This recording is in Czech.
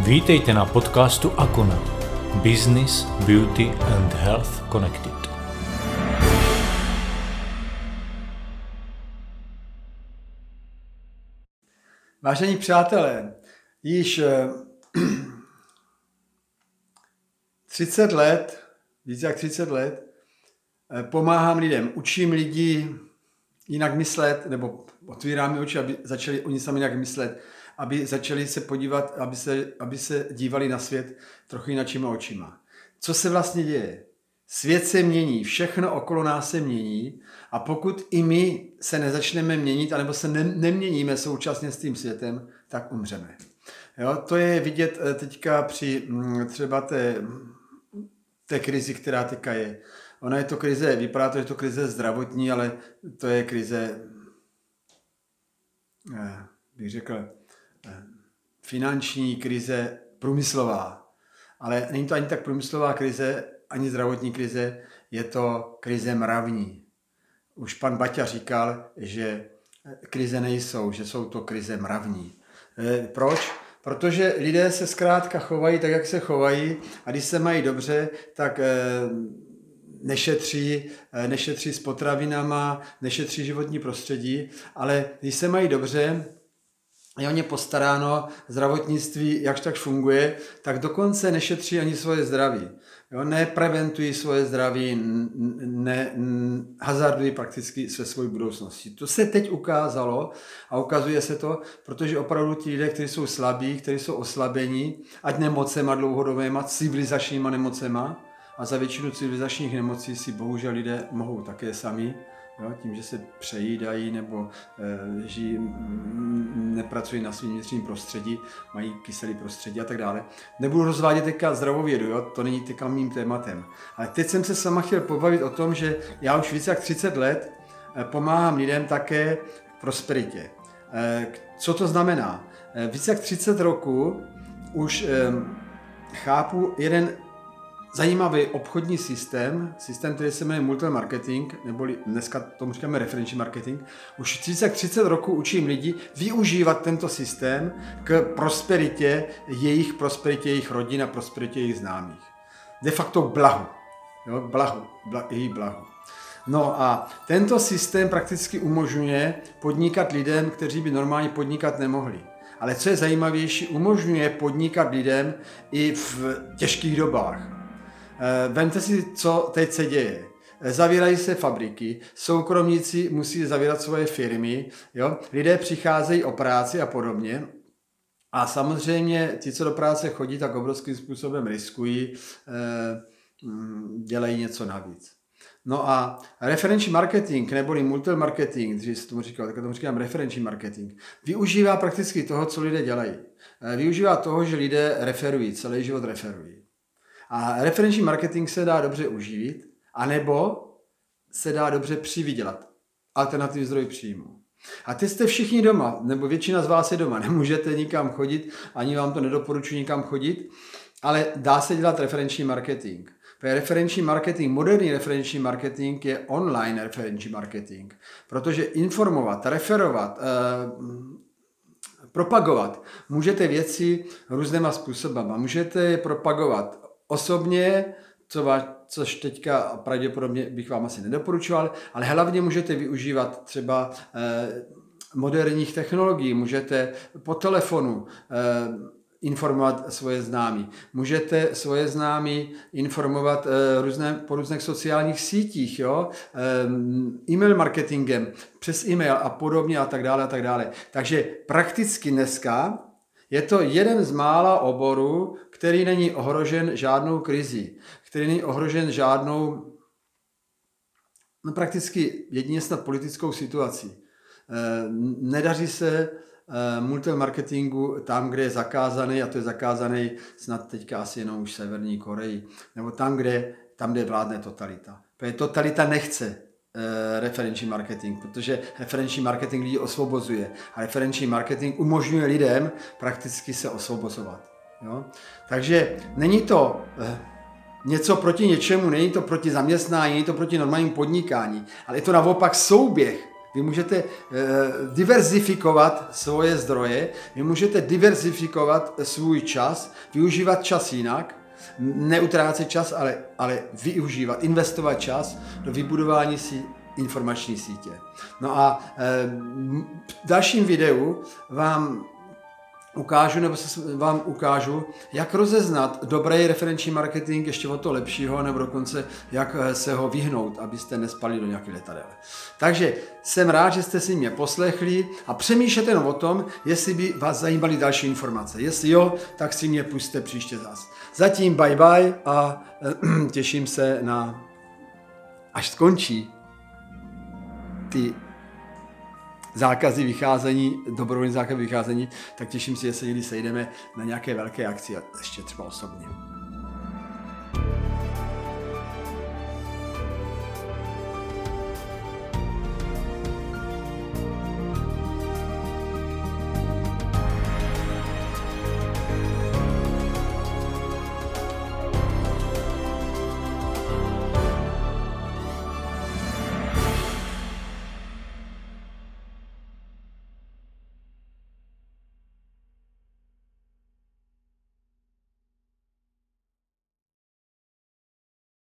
Vítejte na podcastu Akona. Business, Beauty and Health Connected. Vážení přátelé, již 30 let, víc jak 30 let, pomáhám lidem, učím lidi jinak myslet, nebo otvírám oči, aby začali oni sami jinak myslet, aby začali se podívat, aby se dívali na svět trochu jinakýma očima. Co se vlastně děje? Svět se mění, všechno okolo nás se mění a pokud i my se nezačneme měnit, anebo se neměníme současně s tím světem, tak umřeme. Jo, to je vidět teďka při třeba té krizi, která teďka je. Ona je to krize, vypadá to, že je to krize zdravotní, ale to je krize, bych řekl, finanční krize průmyslová. Ale není to ani tak průmyslová krize, ani zdravotní krize, je to krize mravní. Už pan Baťa říkal, že krize nejsou, že jsou to krize mravní. Proč? Protože lidé se zkrátka chovají tak, jak se chovají a když se mají dobře, tak nešetří s potravinama, nešetří životní prostředí, ale když se mají dobře, je o ně postaráno, zdravotnictví jakž tak funguje, tak dokonce nešetří ani svoje zdraví. Jo, nepreventují svoje zdraví, hazardují prakticky se svojí budoucností. To se teď ukázalo a ukazuje se to, protože opravdu ti lidé, kteří jsou slabí, kteří jsou oslabení, ať nemocema dlouhodobýma, civilizačníma nemocema, a za většinu civilizačních nemocí si bohužel lidé mohou také sami, jo, tím, že se přejídají nebo nepracují na svým vnitřním prostředí, mají kyselý prostředí a tak dále. Nebudu rozvádět teďka zdravovědu, jo, to není teďka mým tématem. Ale teď jsem se s váma chtěl pobavit o tom, že já už více jak 30 let pomáhám lidem také k prosperitě. Co to znamená? Více jak 30 roků už chápu jeden zajímavý obchodní systém, který se jmenuje multimarketing, neboli dneska tomu říkáme referenční marketing. Už 30 roků učím lidi využívat tento systém k prosperitě jejich rodin a prosperitě jejich známých. De facto blahu. Jo, jejich blahu. No a tento systém prakticky umožňuje podnikat lidem, kteří by normálně podnikat nemohli. Ale co je zajímavější, umožňuje podnikat lidem i v těžkých dobách. Vemte si, co teď se děje. Zavírají se fabriky, soukromníci musí zavírat svoje firmy, jo? Lidé přicházejí o práci a podobně. A samozřejmě ti, co do práce chodí, tak obrovským způsobem riskují, dělají něco navíc. No a referenční marketing, neboli multimarketing, když se tomu říkal, tak tomu říkám referenční marketing, využívá prakticky toho, co lidé dělají. Využívá toho, že lidé referují, celý život referují. A referenční marketing se dá dobře uživit, anebo se dá dobře přivydělat. Alternativní zdroj příjmu. A teď jste všichni doma, nebo většina z vás je doma. Nemůžete nikam chodit, ani vám to nedoporučuji nikam chodit, ale dá se dělat referenční marketing. Referenční marketing, moderní referenční marketing je online referenční marketing. Protože informovat, referovat, propagovat můžete věci různýma způsoby. Můžete je propagovat osobně, což teďka pravděpodobně bych vám asi nedoporučoval, ale hlavně můžete využívat třeba moderních technologií, můžete po telefonu informovat svoje známí. Můžete svoje známí informovat po různých sociálních sítích, jo? E-mail marketingem, přes e-mail a podobně a tak dále a tak dále. Takže prakticky dneska je to jeden z mála oborů, který není ohrožen žádnou krizí, který není ohrožen žádnou, prakticky jedině snad politickou situací. Nedaří se multimarketingu tam, kde je zakázaný, a to je zakázaný snad teďka asi jenom už v Severní Koreji, nebo tam, kde vládne totalita. Protože totalita nechce referenční marketing, protože referenční marketing lidi osvobozuje a referenční marketing umožňuje lidem prakticky se osvobozovat. Jo? Takže není to něco proti něčemu, není to proti zaměstnání, není to proti normálnímu podnikání, ale je to naopak souběh Vy můžete diverzifikovat svoje zdroje, vy můžete diverzifikovat svůj čas, využívat čas jinak, neutrácet čas, ale využívat, investovat čas do vybudování si informační sítě. No a v dalším videu vám ukážu, jak rozeznat dobrý referenční marketing, ještě o to lepšího, nebo dokonce jak se ho vyhnout, abyste nespadli do nějaké letadel. Takže jsem rád, že jste si mě poslechli a přemýšlejte jenom o tom, jestli by vás zajímaly další informace. Jestli jo, tak si mě pusťte příště zas. Zatím bye bye a těším se na, až skončí ty zákazy vycházení, dobrovolné zákazy vycházení, tak těším se, že se někdy sejdeme na nějaké velké akci, ještě třeba osobně.